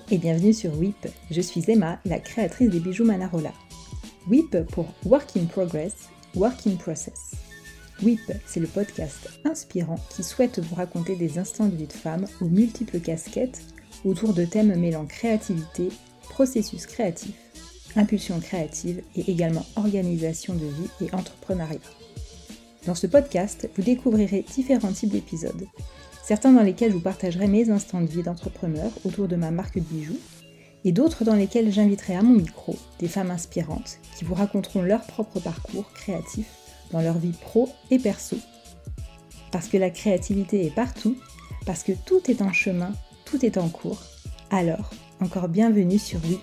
et bienvenue sur WIP. Je suis Emma, la créatrice des bijoux Manarola. WIP pour Work in Progress, Work in Process. WIP, c'est le podcast inspirant qui souhaite vous raconter des instants de vie de femme aux multiples casquettes autour de thèmes mêlant créativité, processus créatif, impulsion créative et également organisation de vie et entrepreneuriat. Dans ce podcast, vous découvrirez différents types d'épisodes. Certains dans lesquels je vous partagerai mes instants de vie d'entrepreneur autour de ma marque de bijoux, et d'autres dans lesquels j'inviterai à mon micro des femmes inspirantes qui vous raconteront leur propre parcours créatif dans leur vie pro et perso. Parce que la créativité est partout, parce que tout est en chemin, tout est en cours, alors encore bienvenue sur WIP.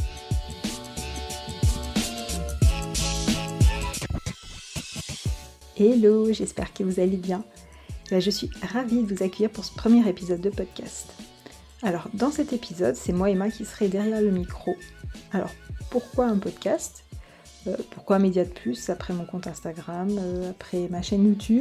Hello, j'espère que vous allez bien. Je suis ravie de vous accueillir pour ce premier épisode de podcast. Alors, dans cet épisode, c'est moi, Emma, qui serai derrière le micro. Alors, pourquoi un podcast ? Pourquoi un média de plus après mon compte Instagram, après ma chaîne YouTube ?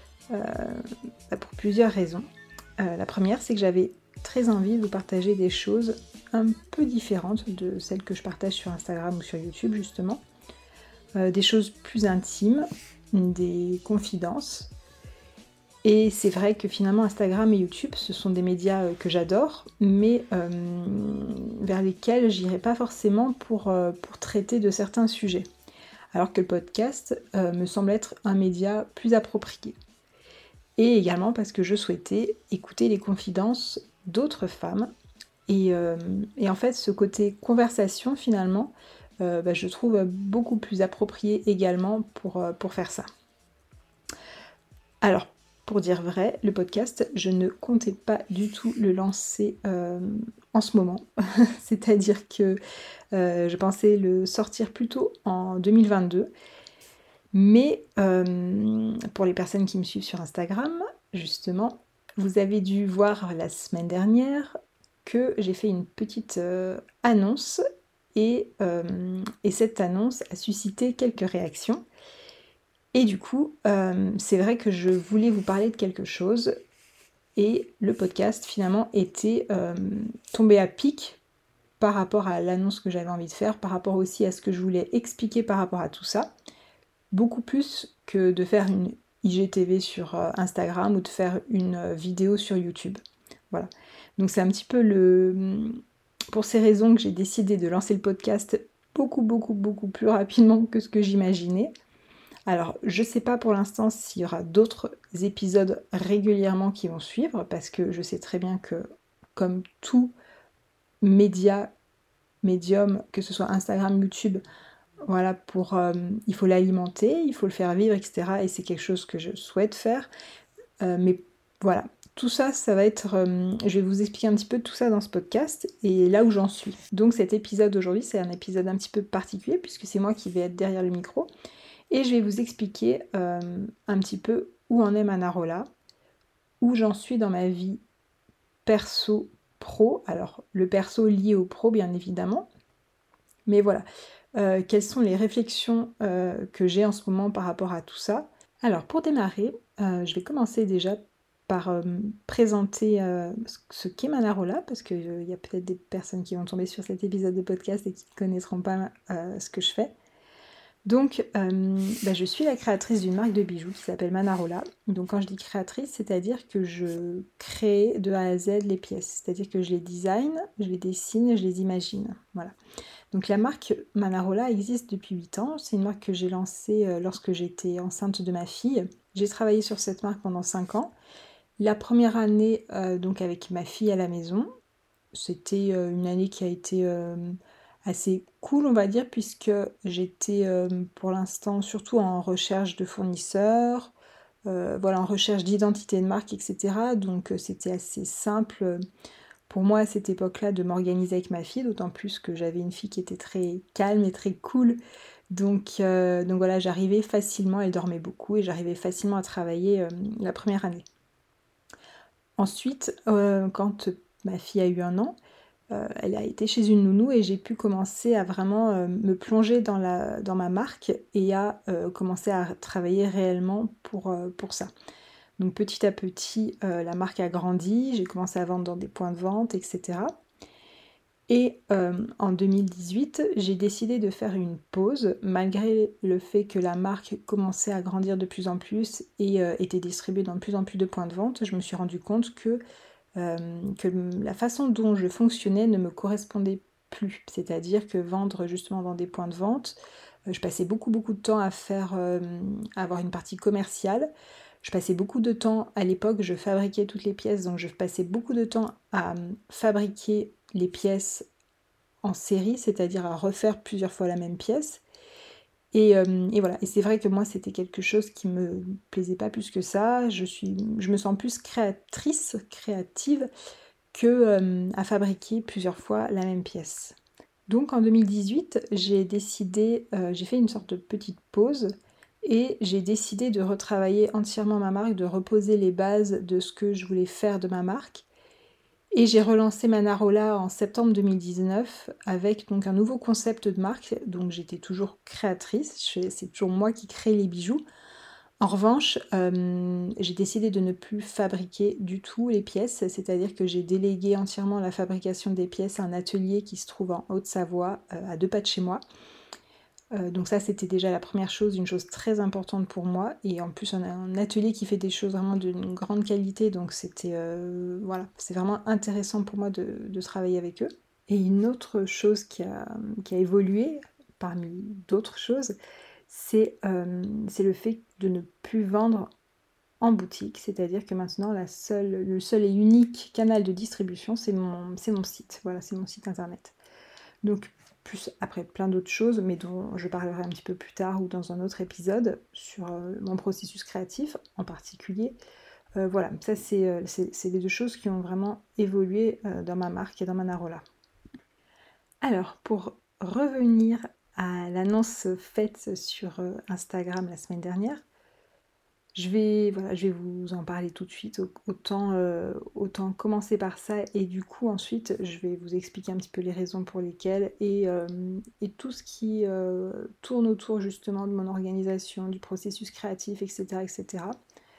Pour plusieurs raisons. La première, c'est que j'avais très envie de vous partager des choses un peu différentes de celles que je partage sur Instagram ou sur YouTube, justement. Des choses plus intimes, des confidences. Et c'est vrai que finalement Instagram et YouTube, ce sont des médias que j'adore, mais vers lesquels j'irai pas forcément pour traiter de certains sujets. Alors que le podcast me semble être un média plus approprié. Et également parce que je souhaitais écouter les confidences d'autres femmes. Et en fait, ce côté conversation, finalement, je trouve beaucoup plus approprié également pour faire ça. Alors, pour dire vrai, le podcast, je ne comptais pas du tout le lancer en ce moment. C'est-à-dire que je pensais le sortir plutôt en 2022. Mais pour les personnes qui me suivent sur Instagram, justement, vous avez dû voir la semaine dernière que j'ai fait une petite annonce et cette annonce a suscité quelques réactions. Et du coup, c'est vrai que je voulais vous parler de quelque chose et le podcast finalement était tombé à pic par rapport à l'annonce que j'avais envie de faire, par rapport aussi à ce que je voulais expliquer par rapport à tout ça, beaucoup plus que de faire une IGTV sur Instagram ou de faire une vidéo sur YouTube. Voilà. Donc c'est un petit peu pour ces raisons que j'ai décidé de lancer le podcast beaucoup plus rapidement que ce que j'imaginais. Alors, je ne sais pas pour l'instant s'il y aura d'autres épisodes régulièrement qui vont suivre, parce que je sais très bien que, comme tout médium, que ce soit Instagram, YouTube, voilà, il faut l'alimenter, il faut le faire vivre, etc. Et c'est quelque chose que je souhaite faire. Mais voilà, tout ça, ça va être... je vais vous expliquer un petit peu tout ça dans ce podcast et là où j'en suis. Donc cet épisode aujourd'hui, c'est un épisode un petit peu particulier, puisque c'est moi qui vais être derrière le micro. Et je vais vous expliquer un petit peu où en est Manarola, où j'en suis dans ma vie perso-pro. Alors, le perso lié au pro, bien évidemment. Mais voilà, quelles sont les réflexions que j'ai en ce moment par rapport à tout ça. Alors, pour démarrer, je vais commencer déjà par présenter ce qu'est Manarola, parce qu'il y a peut-être des personnes qui vont tomber sur cet épisode de podcast et qui ne connaîtront pas ce que je fais. Donc, je suis la créatrice d'une marque de bijoux qui s'appelle Manarola. Donc, quand je dis créatrice, c'est-à-dire que je crée de A à Z les pièces. C'est-à-dire que je les design, je les dessine, je les imagine. Voilà. Donc, la marque Manarola existe depuis 8 ans. C'est une marque que j'ai lancée lorsque j'étais enceinte de ma fille. J'ai travaillé sur cette marque pendant 5 ans. La première année, donc avec ma fille à la maison, c'était une année qui a été... assez cool, on va dire, puisque j'étais pour l'instant surtout en recherche de fournisseurs, en recherche d'identité de marque, etc. Donc c'était assez simple pour moi à cette époque-là de m'organiser avec ma fille, d'autant plus que j'avais une fille qui était très calme et très cool. Donc voilà, j'arrivais facilement, elle dormait beaucoup et j'arrivais facilement à travailler la première année. Ensuite, quand ma fille a eu 1 an, elle a été chez une nounou et j'ai pu commencer à vraiment me plonger dans ma marque et à commencer à travailler réellement pour ça. Donc petit à petit, la marque a grandi, j'ai commencé à vendre dans des points de vente, etc. Et en 2018, j'ai décidé de faire une pause, malgré le fait que la marque commençait à grandir de plus en plus et était distribuée dans de plus en plus de points de vente. Je me suis rendu compte que la façon dont je fonctionnais ne me correspondait plus. C'est-à-dire que vendre justement dans des points de vente, je passais beaucoup de temps à avoir une partie commerciale. Je passais beaucoup de temps, à l'époque, je fabriquais toutes les pièces, donc je passais beaucoup de temps à fabriquer les pièces en série, c'est-à-dire à refaire plusieurs fois la même pièce. Et voilà, et c'est vrai que moi c'était quelque chose qui me plaisait pas plus que ça. Je me sens plus créative que à fabriquer plusieurs fois la même pièce. Donc en 2018, j'ai fait une sorte de petite pause et j'ai décidé de retravailler entièrement ma marque, de reposer les bases de ce que je voulais faire de ma marque. Et j'ai relancé Manarola en septembre 2019 avec donc un nouveau concept de marque. Donc j'étais toujours créatrice, c'est toujours moi qui crée les bijoux. En revanche, j'ai décidé de ne plus fabriquer du tout les pièces, c'est-à-dire que j'ai délégué entièrement la fabrication des pièces à un atelier qui se trouve en Haute-Savoie, à 2 pas de chez moi. Donc ça, c'était déjà la première chose, une chose très importante pour moi. Et en plus, on a un atelier qui fait des choses vraiment d'une grande qualité, donc voilà, c'est vraiment intéressant pour moi de travailler avec eux. Et une autre chose qui a évolué, parmi d'autres choses, c'est le fait de ne plus vendre en boutique, c'est-à-dire que maintenant le seul et unique canal de distribution, c'est mon site, voilà, c'est mon site internet. Donc plus après plein d'autres choses, mais dont je parlerai un petit peu plus tard ou dans un autre épisode sur mon processus créatif en particulier. Voilà, ça c'est les deux choses qui ont vraiment évolué dans ma marque et dans Manarola. Alors, pour revenir à l'annonce faite sur Instagram la semaine dernière, je vais vous en parler tout de suite. Autant commencer par ça et du coup ensuite je vais vous expliquer un petit peu les raisons pour lesquelles et tout ce qui tourne autour justement de mon organisation, du processus créatif, etc. etc.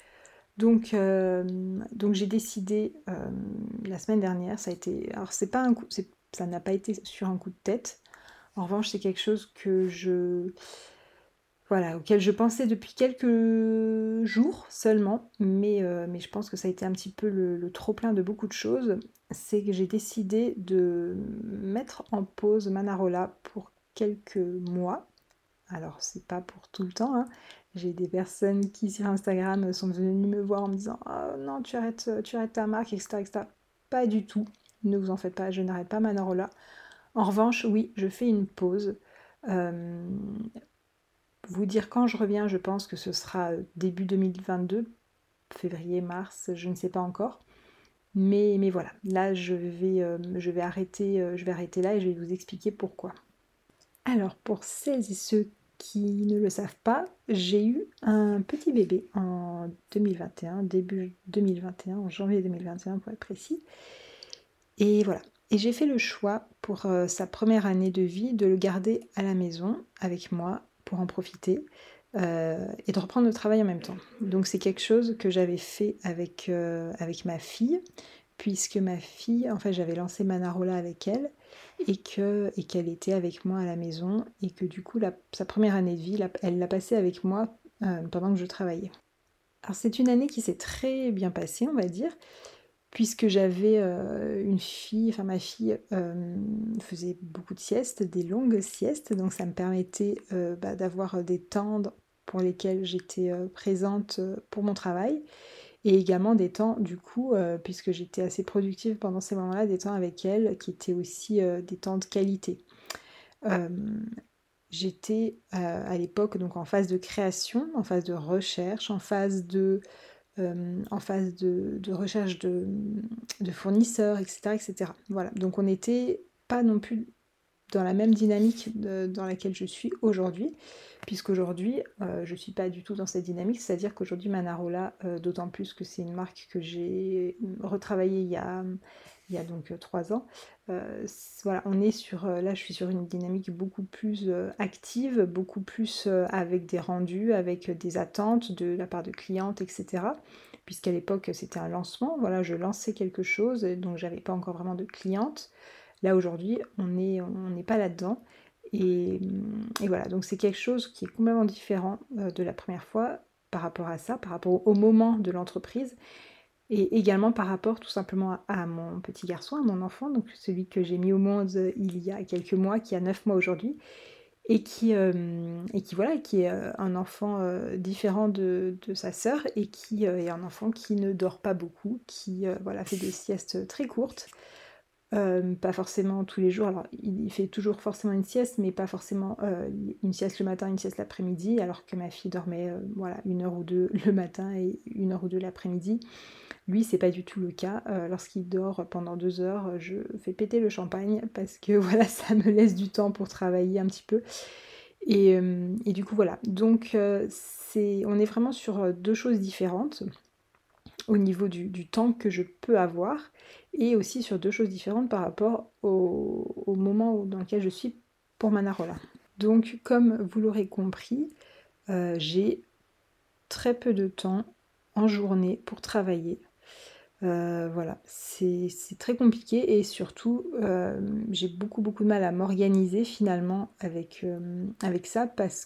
Donc j'ai décidé la semaine dernière, ça a été. Alors c'est pas un coup, ça n'a pas été sur un coup de tête. En revanche, c'est quelque chose voilà, auquel je pensais depuis quelques jours seulement, mais je pense que ça a été un petit peu le trop-plein de beaucoup de choses. C'est que j'ai décidé de mettre en pause Manarola pour quelques mois. Alors, c'est pas pour tout le temps, hein. J'ai des personnes qui, sur Instagram, sont venues me voir en me disant «Oh non, tu arrêtes ta marque, etc., etc.» Pas du tout, ne vous en faites pas, je n'arrête pas Manarola. En revanche, oui, je fais une pause. Euh, Vous dire quand je reviens, je pense que ce sera début 2022, février, mars, je ne sais pas encore. Mais voilà, là je vais arrêter là et je vais vous expliquer pourquoi. Alors pour celles et ceux qui ne le savent pas, j'ai eu un petit bébé en 2021, début 2021, en janvier 2021 pour être précis. Et voilà. Et j'ai fait le choix pour sa première année de vie de le garder à la maison avec moi pour en profiter et de reprendre le travail en même temps. Donc c'est quelque chose que j'avais fait avec ma fille, puisque ma fille, en fait j'avais lancé Manarola avec elle et qu'elle était avec moi à la maison et que du coup sa première année de vie, elle l'a passée avec moi pendant que je travaillais. Alors c'est une année qui s'est très bien passée, on va dire, puisque j'avais une fille, enfin ma fille faisait beaucoup de siestes, des longues siestes, donc ça me permettait d'avoir des temps pour lesquels j'étais présente pour mon travail, et également des temps du coup, puisque j'étais assez productive pendant ces moments-là, des temps avec elle qui étaient aussi des temps de qualité. Euh, J'étais à l'époque donc en phase de création, en phase de recherche, en phase de recherche de fournisseurs, etc., etc. Voilà, donc on n'était pas non plus dans la même dynamique dans laquelle je suis aujourd'hui, puisqu'aujourd'hui je ne suis pas du tout dans cette dynamique, c'est-à-dire qu'aujourd'hui Manarola, d'autant plus que c'est une marque que j'ai retravaillée il y a donc 3 ans, voilà, on est là je suis sur une dynamique beaucoup plus active, beaucoup plus avec des rendus, avec des attentes de la part de clientes, etc. Puisqu'à l'époque c'était un lancement, voilà, je lançais quelque chose, donc j'avais pas encore vraiment de clientes. Là aujourd'hui, on n'est pas là-dedans. Et voilà, donc c'est quelque chose qui est complètement différent de la première fois par rapport à ça, par rapport au moment de l'entreprise, et également par rapport tout simplement à mon petit garçon, à mon enfant, donc celui que j'ai mis au monde il y a quelques mois, qui a 9 mois aujourd'hui, et qui voilà, qui est un enfant différent de sa sœur, et qui est un enfant qui ne dort pas beaucoup, qui voilà, fait des siestes très courtes. Pas forcément tous les jours, alors il fait toujours forcément une sieste, mais pas forcément une sieste le matin, une sieste l'après-midi, alors que ma fille dormait voilà, 1 heure ou deux le matin et 1 heure ou deux l'après-midi. Lui, c'est pas du tout le cas. Lorsqu'il dort pendant 2 heures, je fais péter le champagne parce que voilà, ça me laisse du temps pour travailler un petit peu. Et du coup, voilà. Donc, on est vraiment sur deux choses différentes au niveau du temps que je peux avoir, et aussi sur deux choses différentes par rapport au moment dans lequel je suis pour Manarola. Donc, comme vous l'aurez compris, j'ai très peu de temps en journée pour travailler. Voilà, c'est très compliqué, et surtout j'ai beaucoup de mal à m'organiser finalement avec ça,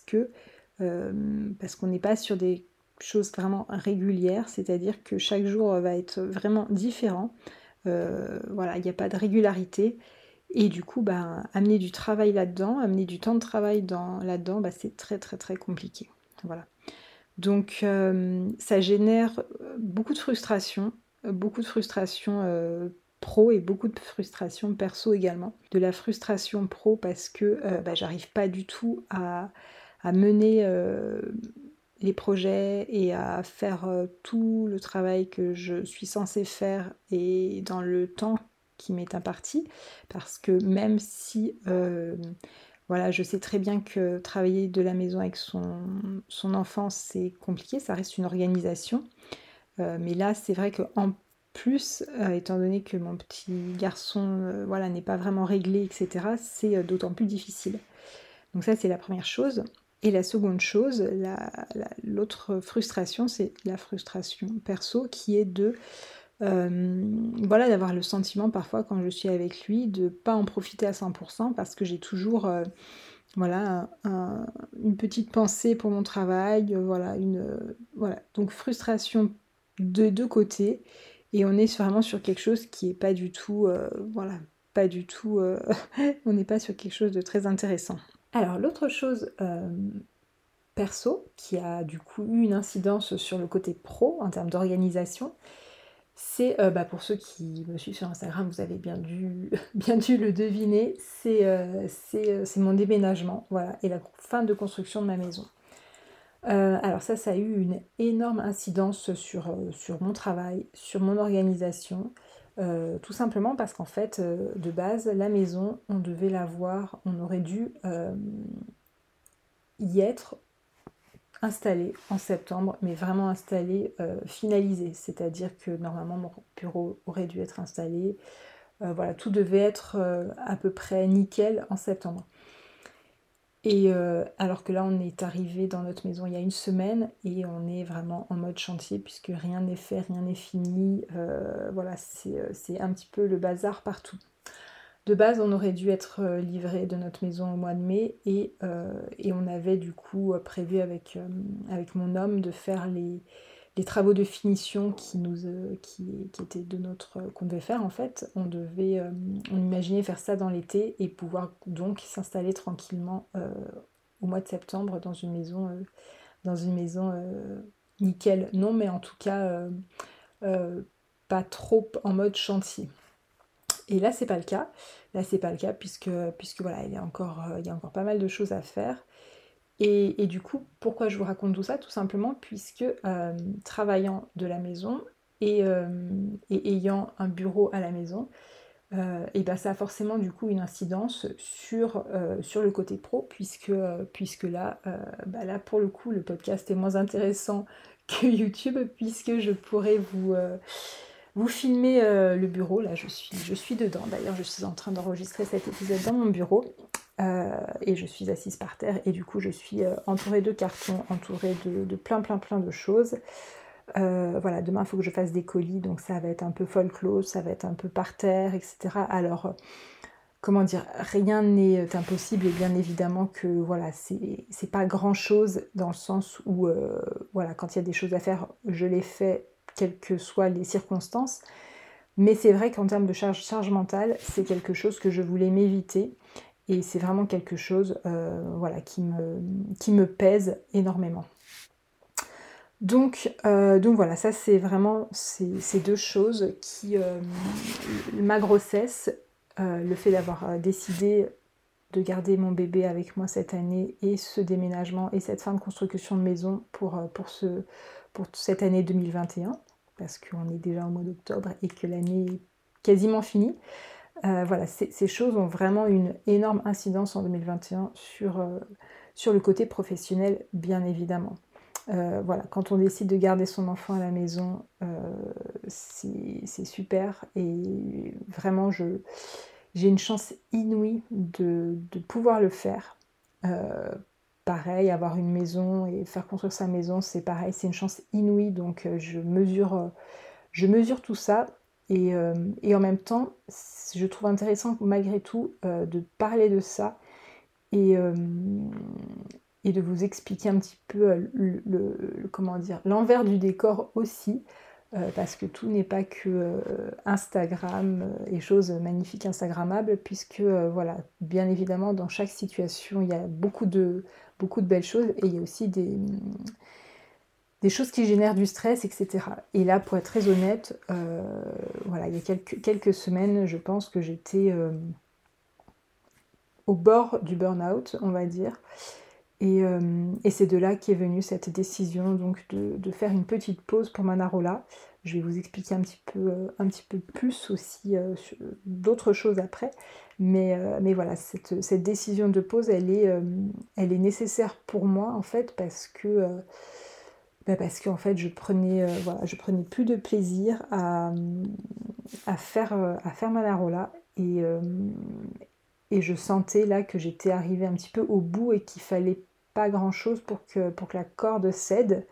parce qu'on n'est pas sur des choses vraiment régulières, c'est-à-dire que chaque jour va être vraiment différent. Voilà, il n'y a pas de régularité, et du coup amener du travail là-dedans, amener du temps de travail là-dedans, c'est très compliqué. Voilà. Donc ça génère beaucoup de frustration pro, et beaucoup de frustration perso également. De la frustration pro parce que j'arrive pas du tout à mener les projets et à faire tout le travail que je suis censée faire, et dans le temps qui m'est imparti, parce que même si voilà, je sais très bien que travailler de la maison avec son enfant, c'est compliqué, ça reste une organisation. Mais là, c'est vrai qu'en plus, étant donné que mon petit garçon voilà, n'est pas vraiment réglé, etc., c'est d'autant plus difficile. Donc ça, c'est la première chose. Et la seconde chose, l'autre frustration, c'est la frustration perso, qui est voilà, d'avoir le sentiment parfois, quand je suis avec lui, de ne pas en profiter à 100%, parce que j'ai toujours voilà, une petite pensée pour mon travail, voilà, voilà. Donc frustration de deux côtés, et on est vraiment sur quelque chose qui est pas du tout, voilà, pas du tout, on n'est pas sur quelque chose de très intéressant. Alors l'autre chose perso, qui a du coup eu une incidence sur le côté pro en termes d'organisation, c'est, pour ceux qui me suivent sur Instagram, vous avez bien dû, bien dû le deviner, c'est mon déménagement, voilà, et la fin de construction de ma maison. Alors ça a eu une énorme incidence sur mon travail, sur mon organisation, tout simplement parce qu'en fait, de base, la maison, on devait la voir, on aurait dû y être installé en septembre, mais vraiment installé, finalisé. C'est-à-dire que normalement mon bureau aurait dû être installé. Voilà, tout devait être à peu près nickel en septembre. Et alors que là, on est arrivé dans notre maison il y a une semaine, et on est vraiment en mode chantier, puisque rien n'est fait, rien n'est fini. Voilà, c'est un petit peu le bazar partout. De base, on aurait dû être livré de notre maison au mois de mai, et on avait du coup prévu avec mon homme de faire les travaux de finition qui étaient qu'on devait faire en fait. On imaginait faire ça dans l'été, et pouvoir donc s'installer tranquillement au mois de septembre dans une maison nickel. Non, mais en tout cas euh, pas trop en mode chantier. Et là, c'est pas le cas. Là, c'est pas le cas, puisque voilà, il y a encore pas mal de choses à faire. Et du coup, pourquoi je vous raconte tout ça? Tout simplement puisque travaillant de la maison, et ayant un bureau à la maison, et ben ça a forcément du coup une incidence sur le côté pro, puisque là, là, pour le coup, le podcast est moins intéressant que YouTube, puisque je pourrais vous filmer le bureau. Là, je suis dedans. D'ailleurs, je suis en train d'enregistrer cet épisode dans mon bureau. Et je suis assise par terre, et du coup je suis entourée de cartons, entourée de plein de choses. Voilà, demain il faut que je fasse des colis, donc ça va être un peu folklore, ça va être un peu par terre, etc. Alors comment dire, rien n'est impossible et bien évidemment que voilà, c'est pas grand-chose dans le sens où voilà, quand il y a des choses à faire, je les fais quelles que soient les circonstances. Mais c'est vrai qu'en termes de charge mentale, c'est quelque chose que je voulais m'éviter et c'est vraiment quelque chose voilà, qui me pèse énormément. Donc voilà, ça c'est vraiment ces deux choses qui, ma grossesse, le fait d'avoir décidé de garder mon bébé avec moi cette année et ce déménagement et cette fin de construction de maison pour cette année 2021, parce qu'on est déjà au mois d'octobre et que l'année est quasiment finie. Voilà, ces choses ont vraiment une énorme incidence en 2021 sur le côté professionnel, bien évidemment. Voilà, quand on décide de garder son enfant à la maison, c'est super et vraiment j'ai une chance inouïe de pouvoir le faire. Pareil, avoir une maison et faire construire sa maison, c'est pareil, c'est une chance inouïe, donc je mesure tout ça et en même temps, je trouve intéressant malgré tout de parler de ça et, euh, et de vous expliquer un petit peu comment dire, l'envers du décor aussi, parce que tout n'est pas que Instagram et choses magnifiques Instagrammables, puisque voilà, bien évidemment, dans chaque situation, il y a beaucoup de belles choses et il y a aussi des choses qui génèrent du stress, etc. Et là, pour être très honnête, voilà, il y a quelques semaines, je pense que j'étais au bord du burn-out, on va dire. Et c'est de là qu'est venue cette décision donc de faire une petite pause pour Manarola. Je vais vous expliquer un petit peu plus aussi d'autres choses après. Mais voilà, cette décision de pause, elle est nécessaire pour moi en fait parce qu'en fait je prenais plus de plaisir à faire Manarola et je sentais là que j'étais arrivée un petit peu au bout et qu'il fallait pas grand chose pour que la corde cède.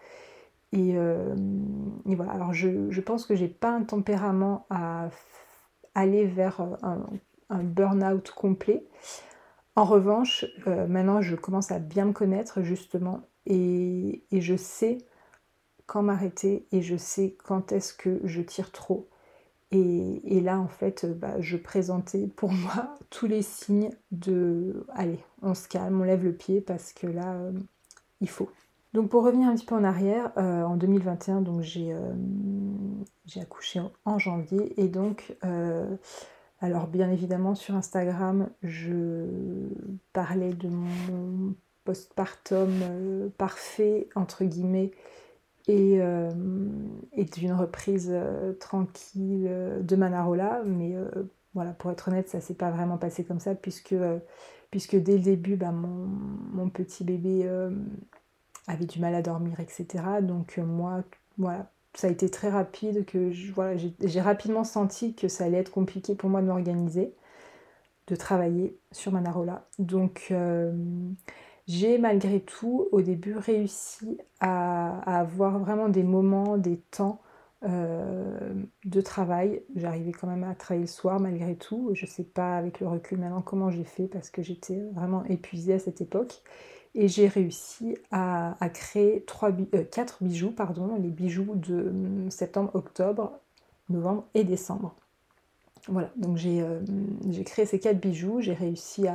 Et voilà, alors je pense que j'ai pas un tempérament à aller vers un burn-out complet. En revanche, maintenant je commence à bien me connaître justement et je sais quand m'arrêter et je sais quand est-ce que je tire trop. Et là, en fait, je présentais pour moi tous les signes de allez, on se calme, on lève le pied parce que là, il faut. Donc pour revenir un petit peu en arrière, en 2021, donc j'ai accouché en janvier et donc alors bien évidemment sur Instagram, je parlais de mon postpartum parfait entre guillemets et et d'une reprise tranquille de Manarola. Mais voilà, pour être honnête, ça s'est pas vraiment passé comme ça puisque dès le début, mon petit bébé avait du mal à dormir, etc. Donc moi, voilà, ça a été très rapide voilà, j'ai rapidement senti que ça allait être compliqué pour moi de m'organiser, de travailler sur Manarola. Donc j'ai malgré tout au début réussi à avoir vraiment des moments, des temps de travail. J'arrivais quand même à travailler le soir malgré tout. Je ne sais pas avec le recul maintenant comment j'ai fait parce que j'étais vraiment épuisée à cette époque. Et j'ai réussi à créer 4 bijoux, pardon, les bijoux de septembre, octobre, novembre et décembre. Voilà, donc j'ai créé ces 4 bijoux, j'ai réussi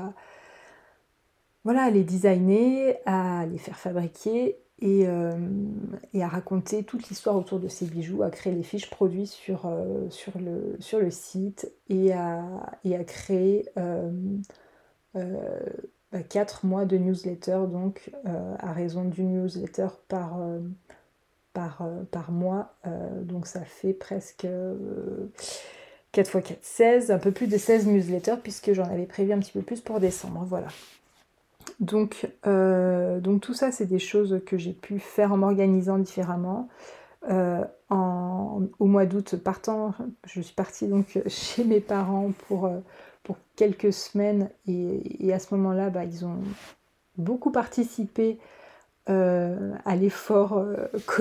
à les designer, à les faire fabriquer et à raconter toute l'histoire autour de ces bijoux, à créer les fiches produits sur le site et à créer 4 mois de newsletter, donc à raison d'une newsletter par mois. Donc ça fait presque 4 x 4, 16, un peu plus de 16 newsletters puisque j'en avais prévu un petit peu plus pour décembre. Voilà. Donc tout ça, c'est des choses que j'ai pu faire en m'organisant différemment. Au mois d'août, je suis partie donc chez mes parents pour quelques semaines et à ce moment-là, ils ont beaucoup participé à l'effort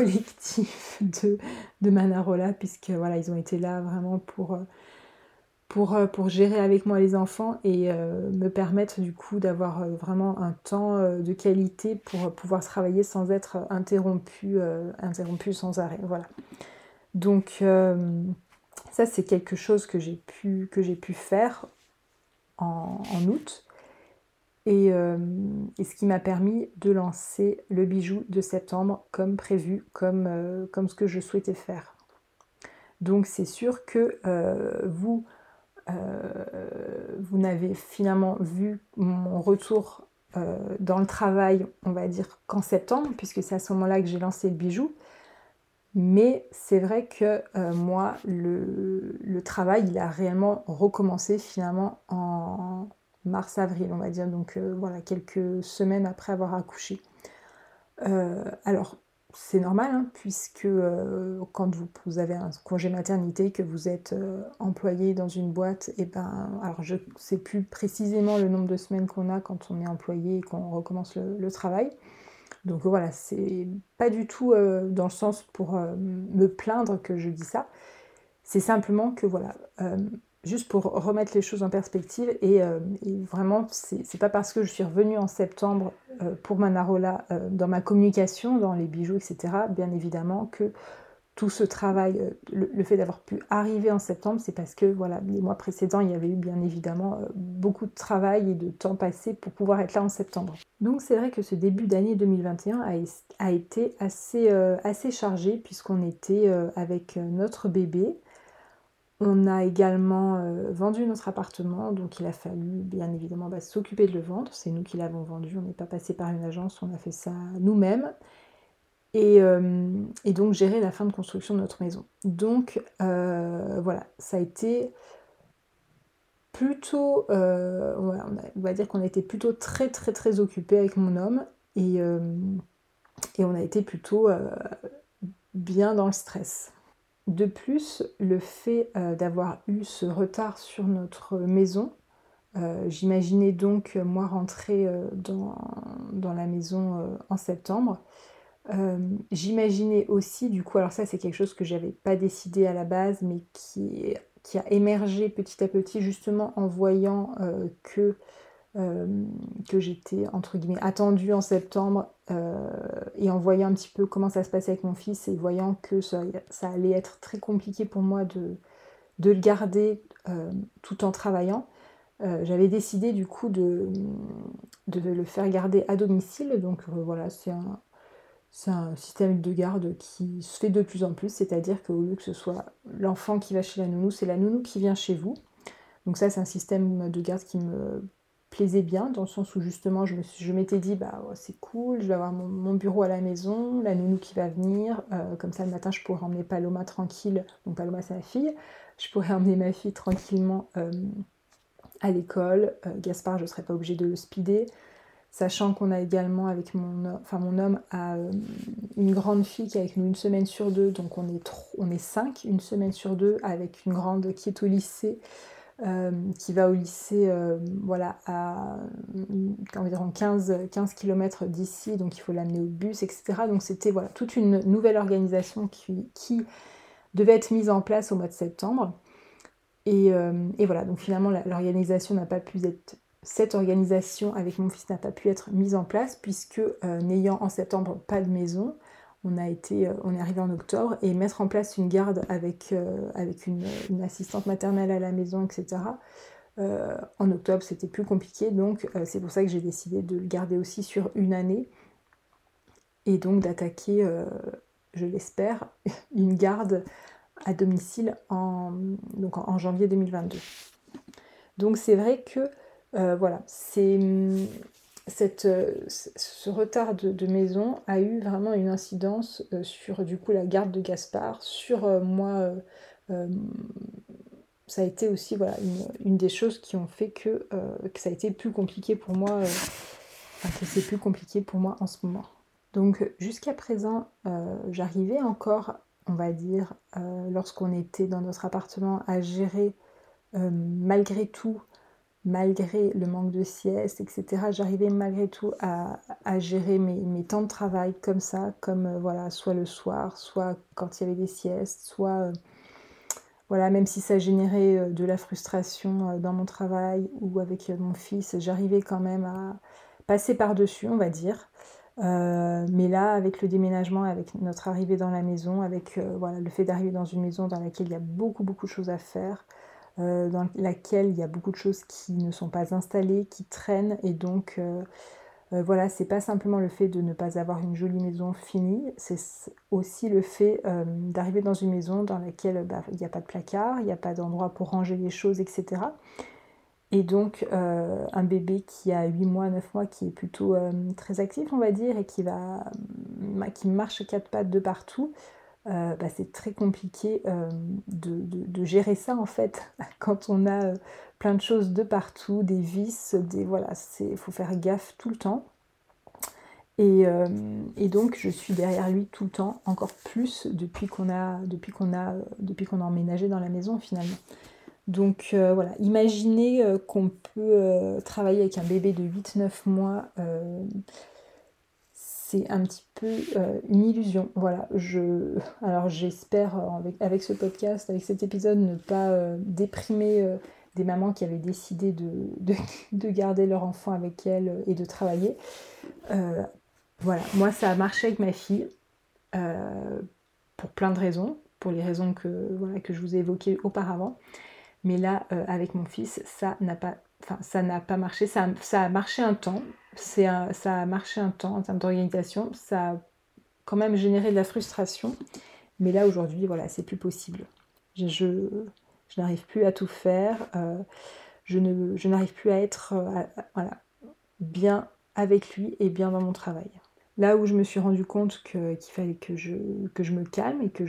collectif de Manarola puisque voilà, ils ont été là vraiment pour pour gérer avec moi les enfants et me permettre du coup d'avoir vraiment un temps de qualité pour pouvoir travailler sans être interrompue sans arrêt. Voilà. Donc ça c'est quelque chose que j'ai pu faire en août et ce qui m'a permis de lancer le bijou de septembre comme prévu, comme ce que je souhaitais faire. Donc c'est sûr que vous n'avez finalement vu mon retour dans le travail, on va dire qu'en septembre, puisque c'est à ce moment-là que j'ai lancé le bijou. Mais c'est vrai que moi, le travail, il a réellement recommencé finalement en mars-avril, on va dire, donc voilà, quelques semaines après avoir accouché. Alors, c'est normal, hein, puisque quand vous avez un congé maternité, que vous êtes employé dans une boîte, et ben, alors je ne sais plus précisément le nombre de semaines qu'on a quand on est employé et qu'on recommence le travail. Donc voilà, c'est pas du tout dans le sens pour me plaindre que je dis ça. C'est simplement que voilà, juste pour remettre les choses en perspective et vraiment, c'est pas parce que je suis revenue en septembre pour Manarola dans ma communication, dans les bijoux, etc., bien évidemment que tout ce travail, le fait d'avoir pu arriver en septembre, c'est parce que voilà, les mois précédents, il y avait eu bien évidemment beaucoup de travail et de temps passé pour pouvoir être là en septembre. Donc c'est vrai que ce début d'année 2021 a été assez chargé puisqu'on était avec notre bébé. On a également vendu notre appartement, donc il a fallu bien évidemment s'occuper de le vendre. C'est nous qui l'avons vendu, on n'est pas passé par une agence, on a fait ça nous-mêmes. Et donc gérer la fin de construction de notre maison. Donc voilà, ça a été plutôt, on va dire qu'on a été plutôt très très très occupés avec mon homme et on a été plutôt bien dans le stress. De plus, le fait d'avoir eu ce retard sur notre maison, j'imaginais donc moi rentrer dans la maison en septembre. J'imaginais aussi, du coup, alors ça c'est quelque chose que j'avais pas décidé à la base, mais qui a émergé petit à petit justement en voyant que j'étais entre guillemets attendue en septembre et en voyant un petit peu comment ça se passait avec mon fils et voyant que ça allait être très compliqué pour moi de le garder tout en travaillant. J'avais décidé du coup de le faire garder à domicile, donc voilà, c'est un système de garde qui se fait de plus en plus, c'est-à-dire qu'au lieu que ce soit l'enfant qui va chez la nounou, c'est la nounou qui vient chez vous. Donc ça, c'est un système de garde qui me plaisait bien, dans le sens où justement, je m'étais dit, bah ouais, c'est cool, je vais avoir mon bureau à la maison, la nounou qui va venir, comme ça le matin, je pourrais emmener Paloma tranquille, donc Paloma, c'est ma fille, je pourrais emmener ma fille tranquillement à l'école, Gaspard, je ne serais pas obligée de le speeder, sachant qu'on a également avec mon homme a une grande fille qui est avec nous une semaine sur deux, donc on est 5 une semaine sur deux, avec une grande qui est au lycée, qui va au lycée voilà, à environ 15 km d'ici, donc il faut l'amener au bus, etc. Donc c'était voilà, toute une nouvelle organisation qui devait être mise en place au mois de septembre. Et voilà, donc finalement l'organisation n'a pas pu être cette organisation avec mon fils n'a pas pu être mise en place puisque n'ayant en septembre pas de maison, on est arrivé en octobre et mettre en place une garde avec une assistante maternelle à la maison, etc. En octobre c'était plus compliqué, donc c'est pour ça que j'ai décidé de le garder aussi sur une année et donc d'attaquer, je l'espère, une garde à domicile donc en janvier 2022. Donc c'est vrai que voilà, ce retard de maison a eu vraiment une incidence sur du coup la garde de Gaspard, sur moi. Euh, Ça a été aussi voilà, une des choses qui ont fait que ça a été plus compliqué pour moi, que c'est plus compliqué pour moi en ce moment. Donc jusqu'à présent, j'arrivais encore, on va dire, lorsqu'on était dans notre appartement, à gérer malgré tout, malgré le manque de sieste, etc., j'arrivais malgré tout à gérer mes temps de travail comme ça, comme voilà, soit le soir, soit quand il y avait des siestes, soit voilà, même si ça générait de la frustration dans mon travail ou avec mon fils, j'arrivais quand même à passer par-dessus, on va dire. Mais là, avec le déménagement, avec notre arrivée dans la maison, avec voilà, le fait d'arriver dans une maison dans laquelle il y a beaucoup, beaucoup de choses à faire, dans laquelle il y a beaucoup de choses qui ne sont pas installées, qui traînent, et donc voilà, c'est pas simplement le fait de ne pas avoir une jolie maison finie, c'est aussi le fait d'arriver dans une maison dans laquelle bah, il n'y a pas de placard, il n'y a pas d'endroit pour ranger les choses, etc. Et donc un bébé qui a 8 mois, 9 mois, qui est plutôt très actif, on va dire, et qui marche à quatre pattes de partout, bah, c'est très compliqué de gérer ça en fait quand on a plein de choses de partout, des vis, voilà, il faut faire gaffe tout le temps. Et donc je suis derrière lui tout le temps, encore plus depuis qu'on a emménagé dans la maison finalement. Donc voilà, imaginez qu'on peut travailler avec un bébé de 8-9 mois, c'est un petit peu une illusion. Voilà, alors j'espère avec ce podcast, avec cet épisode, ne pas déprimer des mamans qui avaient décidé de garder leur enfant avec elles et de travailler. Voilà, moi ça a marché avec ma fille pour plein de raisons, pour les raisons que je vous ai évoquées auparavant. Mais là, avec mon fils, ça n'a pas marché. Ça a marché un temps. Ça a marché un temps en termes d'organisation. Ça a quand même généré de la frustration. Mais là, aujourd'hui, voilà, c'est plus possible. Je n'arrive plus à tout faire. Je n'arrive plus à être voilà, bien avec lui et bien dans mon travail. Là où je me suis rendu compte qu'il fallait que je me calme et que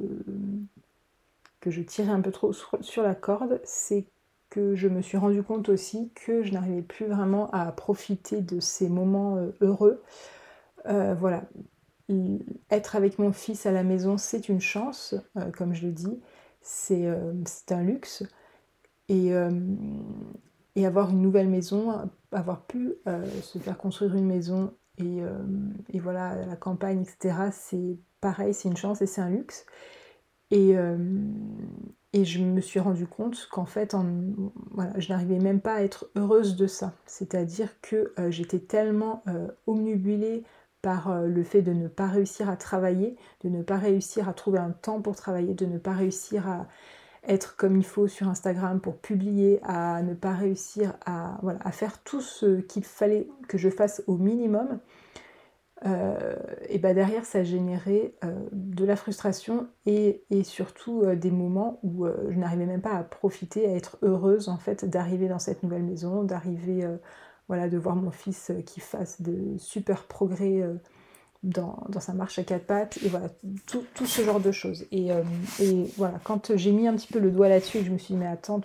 je tirais un peu trop sur la corde, c'est que je me suis rendu compte aussi que je n'arrivais plus vraiment à profiter de ces moments heureux. Voilà, être avec mon fils à la maison, c'est une chance, comme je le dis, c'est un luxe. Et, euh, et avoir une nouvelle maison, avoir pu se faire construire une maison et voilà, à la campagne, etc., c'est pareil, c'est une chance et c'est un luxe. Et, euh, et je me suis rendu compte qu'en fait, voilà, je n'arrivais même pas à être heureuse de ça. C'est-à-dire que j'étais tellement omnibulée par le fait de ne pas réussir à travailler, de ne pas réussir à trouver un temps pour travailler, de ne pas réussir à être comme il faut sur Instagram pour publier, à ne pas réussir voilà, à faire tout ce qu'il fallait que je fasse au minimum. Et bah derrière ça générait de la frustration et surtout des moments où je n'arrivais même pas à profiter, à être heureuse en fait d'arriver dans cette nouvelle maison, d'arriver voilà, de voir mon fils qui fasse de super progrès dans sa marche à quatre pattes, et voilà, tout ce genre de choses. Et voilà, quand j'ai mis un petit peu le doigt là-dessus, je me suis dit mais attends,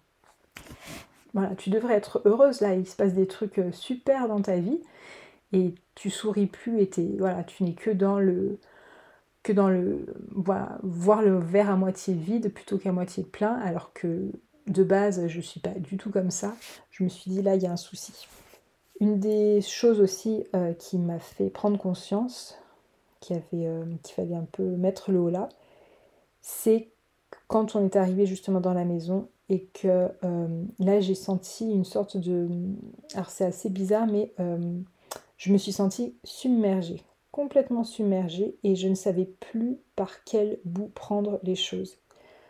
voilà, tu devrais être heureuse là, il se passe des trucs super dans ta vie, et tu souris plus et voilà, tu n'es que dans le voilà, voir le verre à moitié vide plutôt qu'à moitié plein, alors que de base je suis pas du tout comme ça. Je me suis dit là il y a un souci. Une des choses aussi qui m'a fait prendre conscience qu'il fallait un peu mettre le haut là, c'est quand on est arrivé justement dans la maison et que là j'ai senti une sorte de... Alors c'est assez bizarre, mais je me suis sentie submergée, complètement submergée, et je ne savais plus par quel bout prendre les choses.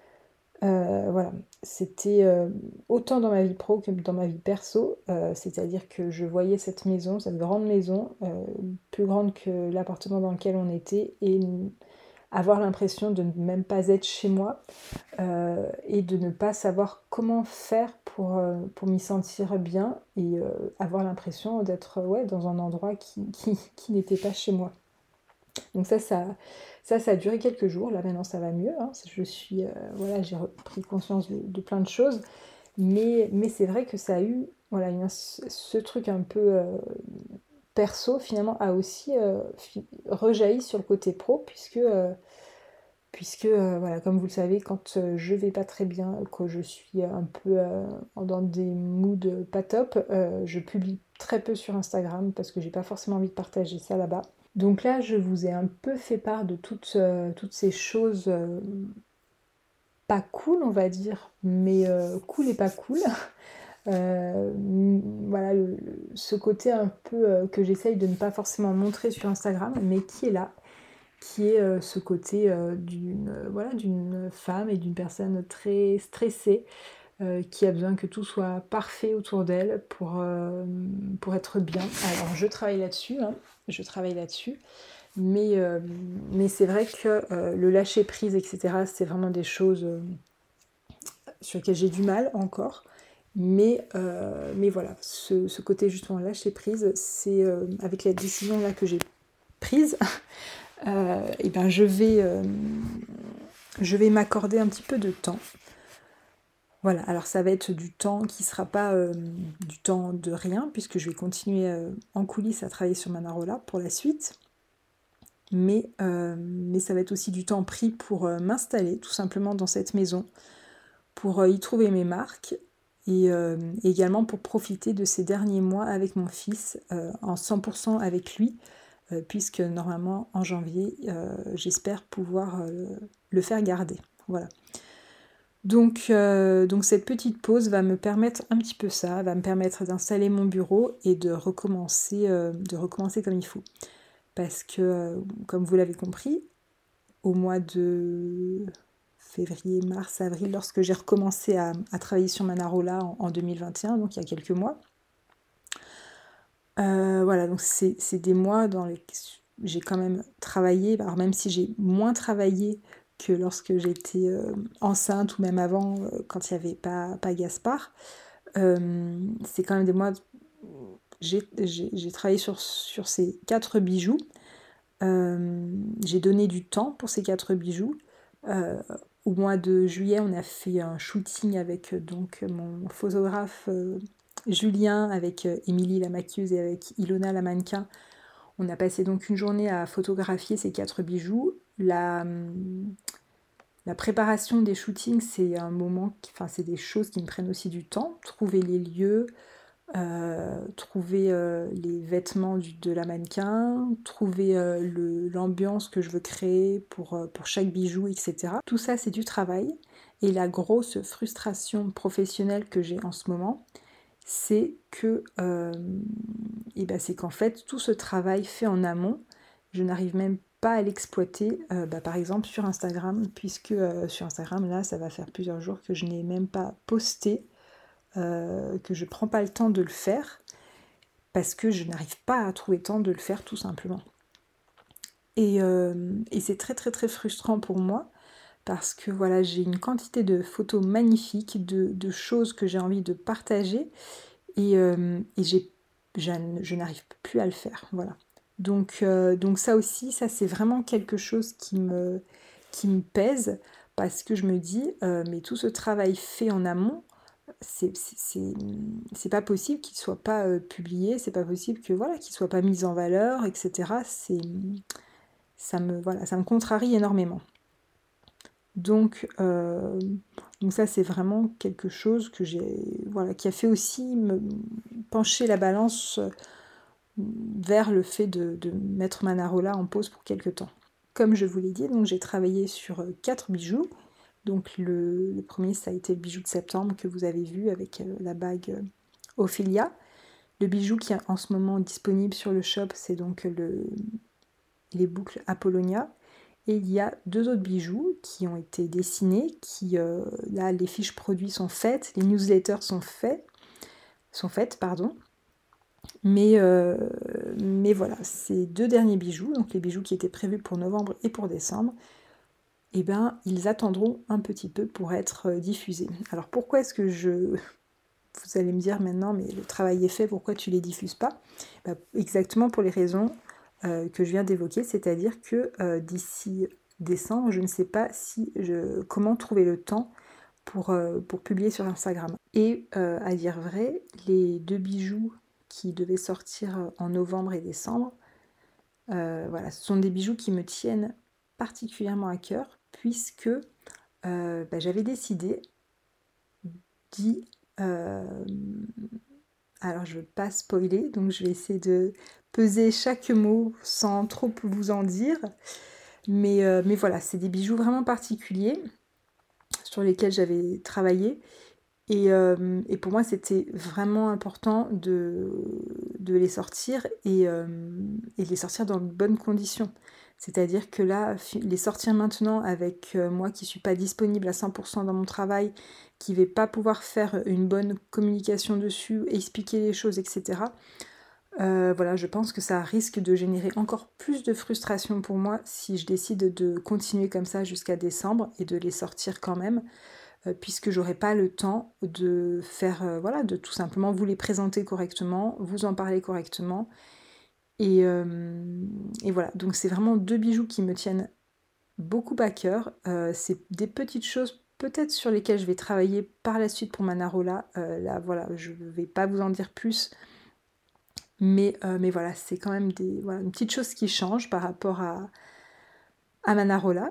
Voilà, c'était autant dans ma vie pro que dans ma vie perso, c'est-à-dire que je voyais cette maison, cette grande maison, plus grande que l'appartement dans lequel on était, et avoir l'impression de ne même pas être chez moi, et de ne pas savoir comment faire pour m'y sentir bien, et avoir l'impression d'être ouais, dans un endroit qui n'était pas chez moi. Donc ça a duré quelques jours. Là maintenant ça va mieux, hein. Voilà, j'ai repris conscience de plein de choses, mais c'est vrai que ça a eu voilà, ce truc un peu perso finalement a aussi rejailli sur le côté pro, puisque voilà, comme vous le savez, quand je vais pas très bien, que je suis un peu dans des moods pas top, je publie très peu sur Instagram parce que j'ai pas forcément envie de partager ça là-bas. Donc là, je vous ai un peu fait part de toutes ces choses pas cool, on va dire, mais cool et pas cool. Voilà, ce côté un peu que j'essaye de ne pas forcément montrer sur Instagram, mais qui est là, qui est ce côté voilà, d'une femme et d'une personne très stressée, qui a besoin que tout soit parfait autour d'elle pour être bien. Alors je travaille là-dessus, hein, je travaille là-dessus, mais c'est vrai que le lâcher prise, etc., c'est vraiment des choses sur lesquelles j'ai du mal encore. Mais voilà, ce côté justement lâcher prise, c'est avec la décision là que j'ai prise, et ben je vais m'accorder un petit peu de temps. Voilà, alors ça va être du temps qui sera pas du temps de rien, puisque je vais continuer en coulisses à travailler sur Manarola pour la suite. Mais ça va être aussi du temps pris pour m'installer tout simplement dans cette maison, pour y trouver mes marques et également pour profiter de ces derniers mois avec mon fils en 100% avec lui, puisque normalement en janvier, j'espère pouvoir le faire garder. Voilà. Donc cette petite pause va me permettre un petit peu ça, va me permettre d'installer mon bureau et de recommencer comme il faut. Parce que, comme vous l'avez compris, au mois de février, mars, avril, lorsque j'ai recommencé à travailler sur Manarola en 2021, donc il y a quelques mois, voilà, donc c'est des mois dans lesquels j'ai quand même travaillé, alors même si j'ai moins travaillé que lorsque j'étais enceinte ou même avant, quand il n'y avait pas Gaspard, c'est quand même des mois. J'ai travaillé sur ces 4 bijoux. J'ai donné du temps pour ces 4 bijoux. Au mois de juillet, on a fait un shooting avec donc mon photographe Julien, avec Émilie la maquilleuse et avec Ilona la mannequin. On a passé donc une journée à photographier ces 4 bijoux. La préparation des shootings, c'est un moment, c'est des choses qui me prennent aussi du temps. Trouver les lieux, trouver les vêtements de la mannequin, trouver l'ambiance que je veux créer pour chaque bijou, etc. Tout ça, c'est du travail. Et la grosse frustration professionnelle que j'ai en ce moment, c'est que c'est qu'en fait, tout ce travail fait en amont, je n'arrive même pas à l'exploiter, par exemple sur Instagram, puisque sur Instagram, là, ça va faire plusieurs jours que je n'ai même pas posté, que je prends pas le temps de le faire, parce que je n'arrive pas à trouver le temps de le faire tout simplement. Et c'est très très très frustrant pour moi, parce que voilà, j'ai une quantité de photos magnifiques, de choses que j'ai envie de partager, et je n'arrive plus à le faire, voilà. Donc ça aussi, ça c'est vraiment quelque chose qui me pèse, parce que je me dis, mais tout ce travail fait en amont, c'est pas possible qu'il soit pas publié, c'est pas possible que voilà, qu'il soit pas mis en valeur, etc. Ça me contrarie énormément. Donc ça c'est vraiment quelque chose que qui a fait aussi me pencher la balance vers le fait de mettre Manarola en pause pour quelques temps. Comme je vous l'ai dit, donc j'ai travaillé sur 4 bijoux. Donc le premier, ça a été le bijou de septembre que vous avez vu avec la bague Ophelia. Le bijou qui est en ce moment disponible sur le shop, c'est donc les boucles Apollonia. Et il y a 2 autres bijoux qui ont été dessinés, là les fiches produits sont faites, les newsletters sont faites, pardon. Mais voilà, ces 2 derniers bijoux, donc les bijoux qui étaient prévus pour novembre et pour décembre, eh ben, ils attendront un petit peu pour être diffusés. Alors pourquoi est-ce que vous allez me dire maintenant, mais le travail est fait, pourquoi tu les diffuses pas? Exactement pour les raisons que je viens d'évoquer, c'est-à-dire que d'ici décembre, je ne sais pas comment trouver le temps pour publier sur Instagram. Et à dire vrai, les 2 bijoux qui devaient sortir en novembre et décembre, voilà, ce sont des bijoux qui me tiennent particulièrement à cœur, puisque j'avais décidé d'y... alors je ne veux pas spoiler, donc je vais essayer de peser chaque mot sans trop vous en dire. Mais voilà, c'est des bijoux vraiment particuliers, sur lesquels j'avais travaillé. Et pour moi, c'était vraiment important de les sortir et de les sortir dans de bonnes conditions. C'est-à-dire que là, les sortir maintenant avec moi qui ne suis pas disponible à 100% dans mon travail, qui ne vais pas pouvoir faire une bonne communication dessus, expliquer les choses, etc. Voilà, je pense que ça risque de générer encore plus de frustration pour moi si je décide de continuer comme ça jusqu'à décembre et de les sortir quand même puisque j'aurai pas le temps de faire, voilà, de tout simplement vous les présenter correctement, vous en parler correctement. Et voilà, donc c'est vraiment deux bijoux qui me tiennent beaucoup à cœur. C'est des petites choses peut-être sur lesquelles je vais travailler par la suite pour Manarola. Là, voilà, je ne vais pas vous en dire plus. Mais voilà, c'est quand même voilà, une petite chose qui change par rapport à Manarola.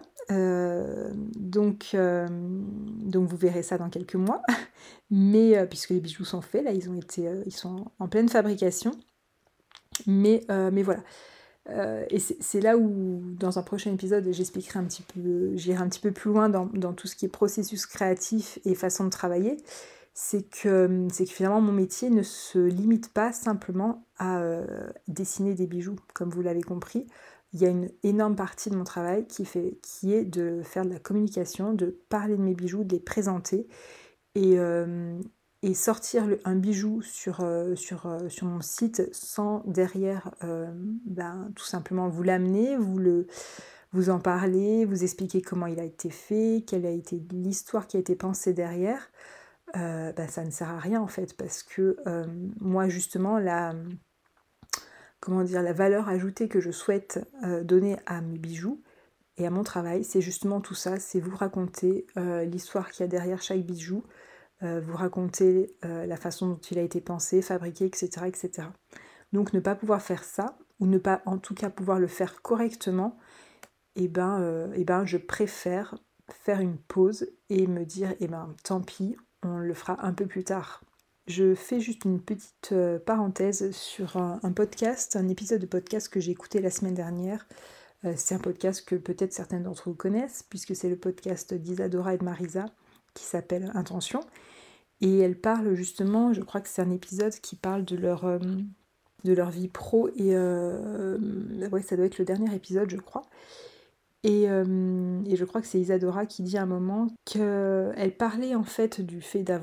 Donc vous verrez ça dans quelques mois. Mais puisque les bijoux sont faits, là ils sont en pleine fabrication. Mais voilà. Et c'est là où, dans un prochain épisode, j'expliquerai un petit peu, j'irai un petit peu plus loin dans tout ce qui est processus créatif et façon de travailler. C'est que finalement mon métier ne se limite pas simplement à dessiner des bijoux, comme vous l'avez compris. Il y a une énorme partie de mon travail qui est de faire de la communication, de parler de mes bijoux, de les présenter et, sortir un bijou sur mon site sans derrière tout simplement vous l'amener, vous en parler, vous expliquer comment il a été fait, quelle a été l'histoire qui a été pensée derrière. Ça ne sert à rien en fait parce que moi justement la valeur ajoutée que je souhaite donner à mes bijoux et à mon travail, c'est justement tout ça, c'est vous raconter l'histoire qu'il y a derrière chaque bijou, vous raconter la façon dont il a été pensé, fabriqué, etc., etc. Donc ne pas pouvoir faire ça, ou ne pas en tout cas pouvoir le faire correctement, je préfère faire une pause et me dire tant pis, on le fera un peu plus tard. Je fais juste une petite parenthèse sur un podcast, un épisode de podcast que j'ai écouté la semaine dernière. C'est un podcast que peut-être certains d'entre vous connaissent, puisque c'est le podcast d'Isadora et de Marisa, qui s'appelle Intention. Et elle parle justement, je crois que c'est un épisode qui parle de leur vie pro, et ouais, ça doit être le dernier épisode, je crois. Et je crois que c'est Isadora qui dit à un moment qu'elle parlait en fait du fait de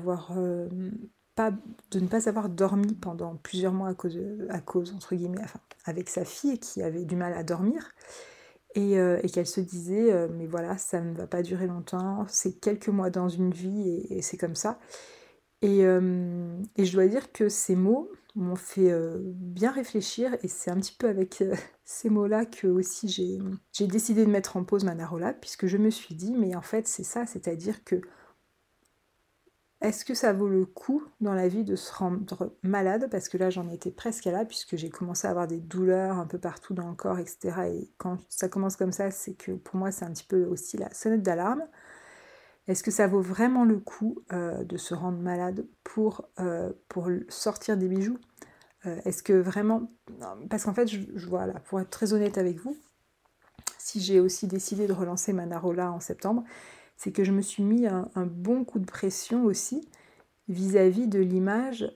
ne pas avoir dormi pendant plusieurs mois à cause entre guillemets, enfin, avec sa fille qui avait du mal à dormir. Et qu'elle se disait, mais voilà, ça ne va pas durer longtemps, c'est quelques mois dans une vie et c'est comme ça. Et je dois dire que ces mots m'ont fait bien réfléchir et c'est un petit peu avec ces mots-là que aussi j'ai décidé de mettre en pause Manarola puisque je me suis dit, mais en fait c'est ça, c'est-à-dire que est-ce que ça vaut le coup dans la vie de se rendre malade? Parce que là j'en étais presque à là puisque j'ai commencé à avoir des douleurs un peu partout dans le corps, etc. Et quand ça commence comme ça, c'est que pour moi c'est un petit peu aussi la sonnette d'alarme. Est-ce que ça vaut vraiment le coup de se rendre malade pour sortir des bijoux? Est-ce que vraiment... Parce qu'en fait, voilà, pour être très honnête avec vous, si j'ai aussi décidé de relancer Manarola en septembre, c'est que je me suis mis un bon coup de pression aussi vis-à-vis de l'image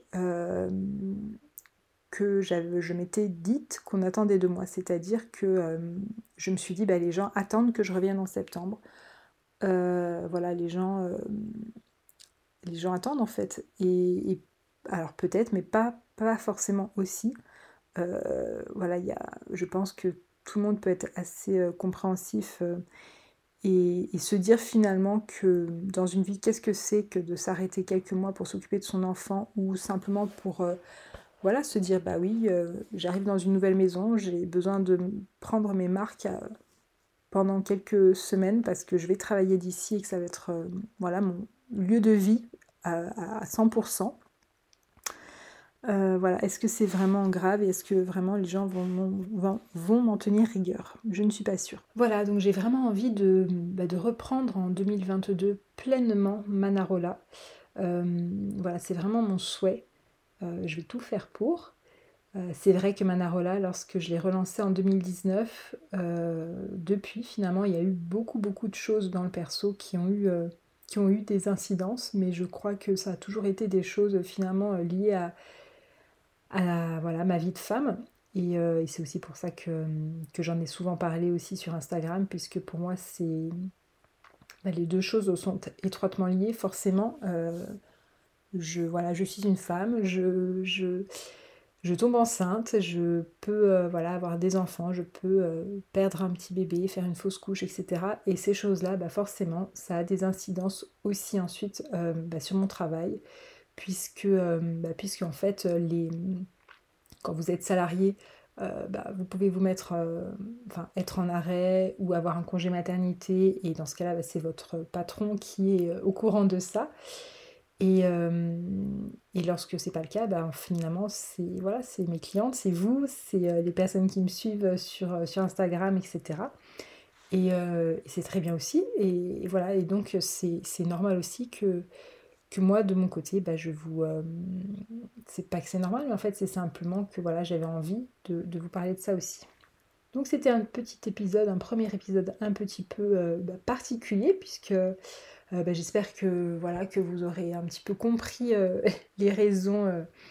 que je m'étais dite qu'on attendait de moi. C'est-à-dire que je me suis dit, les gens attendent que je revienne en septembre. Voilà, les gens attendent en fait. Et alors peut-être, mais pas forcément aussi. Voilà, je pense que tout le monde peut être assez compréhensif et se dire finalement que dans une vie, qu'est-ce que c'est que de s'arrêter quelques mois pour s'occuper de son enfant ou simplement pour voilà, se dire bah oui, j'arrive dans une nouvelle maison, j'ai besoin de prendre mes marques pendant quelques semaines parce que je vais travailler d'ici et que ça va être voilà, mon lieu de vie à 100%. Voilà, est-ce que c'est vraiment grave et est-ce que vraiment les gens vont m'en tenir rigueur? Je ne suis pas sûre. Voilà, donc j'ai vraiment envie de reprendre en 2022 pleinement Manarola. Voilà, c'est vraiment mon souhait. Je vais tout faire pour. C'est vrai que Manarola, lorsque je l'ai relancé en 2019, depuis finalement il y a eu beaucoup de choses dans le perso qui ont eu qui ont eu des incidences, mais je crois que ça a toujours été des choses finalement liées voilà, ma vie de femme. Et c'est aussi pour ça que j'en ai souvent parlé aussi sur Instagram, puisque pour moi, les deux choses sont étroitement liées. Forcément, voilà, je suis une femme, je tombe enceinte, je peux voilà, avoir des enfants, je peux perdre un petit bébé, faire une fausse couche, etc. Et ces choses-là, forcément, ça a des incidences aussi ensuite sur mon travail, puisque en fait, quand vous êtes salarié, vous pouvez vous mettre, être en arrêt ou avoir un congé maternité, et dans ce cas-là, c'est votre patron qui est au courant de ça. Et lorsque c'est pas le cas, finalement, c'est voilà, c'est mes clientes, c'est vous, c'est les personnes qui me suivent sur Instagram, etc. Et c'est très bien aussi. Et voilà, et donc c'est normal aussi que moi, de mon côté, je vous... c'est pas que c'est normal, mais en fait, c'est simplement que voilà, j'avais envie de vous parler de ça aussi. Donc c'était un petit épisode, un premier épisode un petit peu particulier, puisque j'espère que, voilà, que vous aurez un petit peu compris les raisons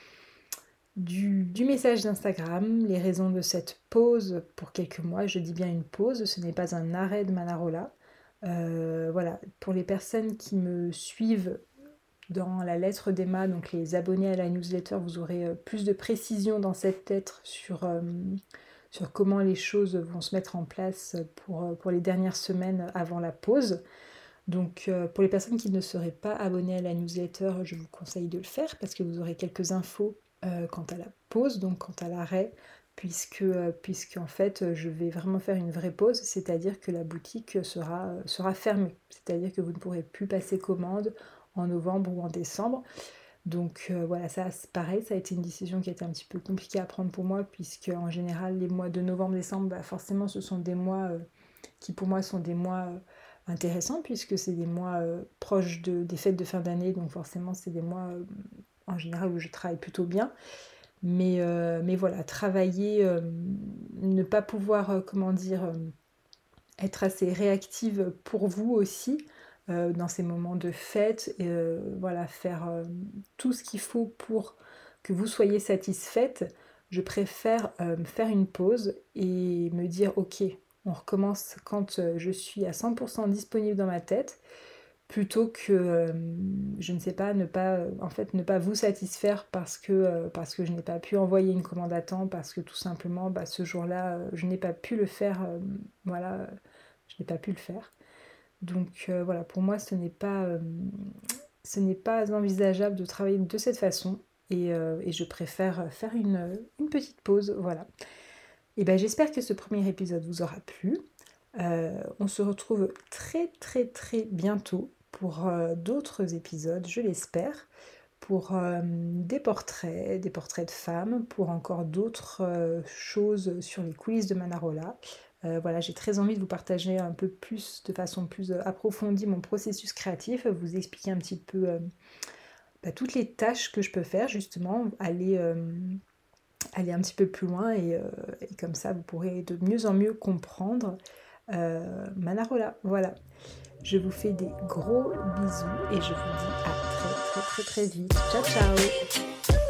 du message d'Instagram, les raisons de cette pause pour quelques mois. Je dis bien une pause, ce n'est pas un arrêt de Manarola. Voilà, pour les personnes qui me suivent dans la lettre d'Emma, donc les abonnés à la newsletter, vous aurez plus de précision dans cette lettre sur comment les choses vont se mettre en place pour les dernières semaines avant la pause. Donc pour les personnes qui ne seraient pas abonnées à la newsletter, je vous conseille de le faire parce que vous aurez quelques infos quant à la pause, donc quant à l'arrêt, puisque en fait je vais vraiment faire une vraie pause, c'est-à-dire que la boutique sera fermée, c'est-à-dire que vous ne pourrez plus passer commande en novembre ou en décembre. Donc voilà, ça c'est pareil, ça a été une décision qui a été un petit peu compliquée à prendre pour moi, puisque en général les mois de novembre-décembre, forcément ce sont des mois qui pour moi sont des mois intéressants, puisque c'est des mois proches des fêtes de fin d'année, donc forcément c'est des mois en général où je travaille plutôt bien. Mais voilà, travailler, ne pas pouvoir, être assez réactive pour vous aussi dans ces moments de fête, et voilà, faire tout ce qu'il faut pour que vous soyez satisfaite. Je préfère faire une pause et me dire ok, on recommence quand je suis à 100% disponible dans ma tête, plutôt que je ne sais pas, ne pas vous satisfaire parce que je n'ai pas pu envoyer une commande à temps, parce que tout simplement ce jour-là je n'ai pas pu le faire, voilà, je n'ai pas pu le faire. Donc voilà, pour moi ce n'est pas envisageable de travailler de cette façon, et je préfère faire une petite pause, voilà. Et j'espère que ce premier épisode vous aura plu. On se retrouve très très très bientôt pour d'autres épisodes, je l'espère, pour des portraits de femmes, pour encore d'autres choses sur les coulisses de Manarola. Voilà, j'ai très envie de vous partager un peu plus, de façon plus approfondie, mon processus créatif, vous expliquer un petit peu toutes les tâches que je peux faire, justement, aller un petit peu plus loin, et comme ça vous pourrez de mieux en mieux comprendre Manarola. Voilà, je vous fais des gros bisous et je vous dis à très très très très vite. Ciao ciao.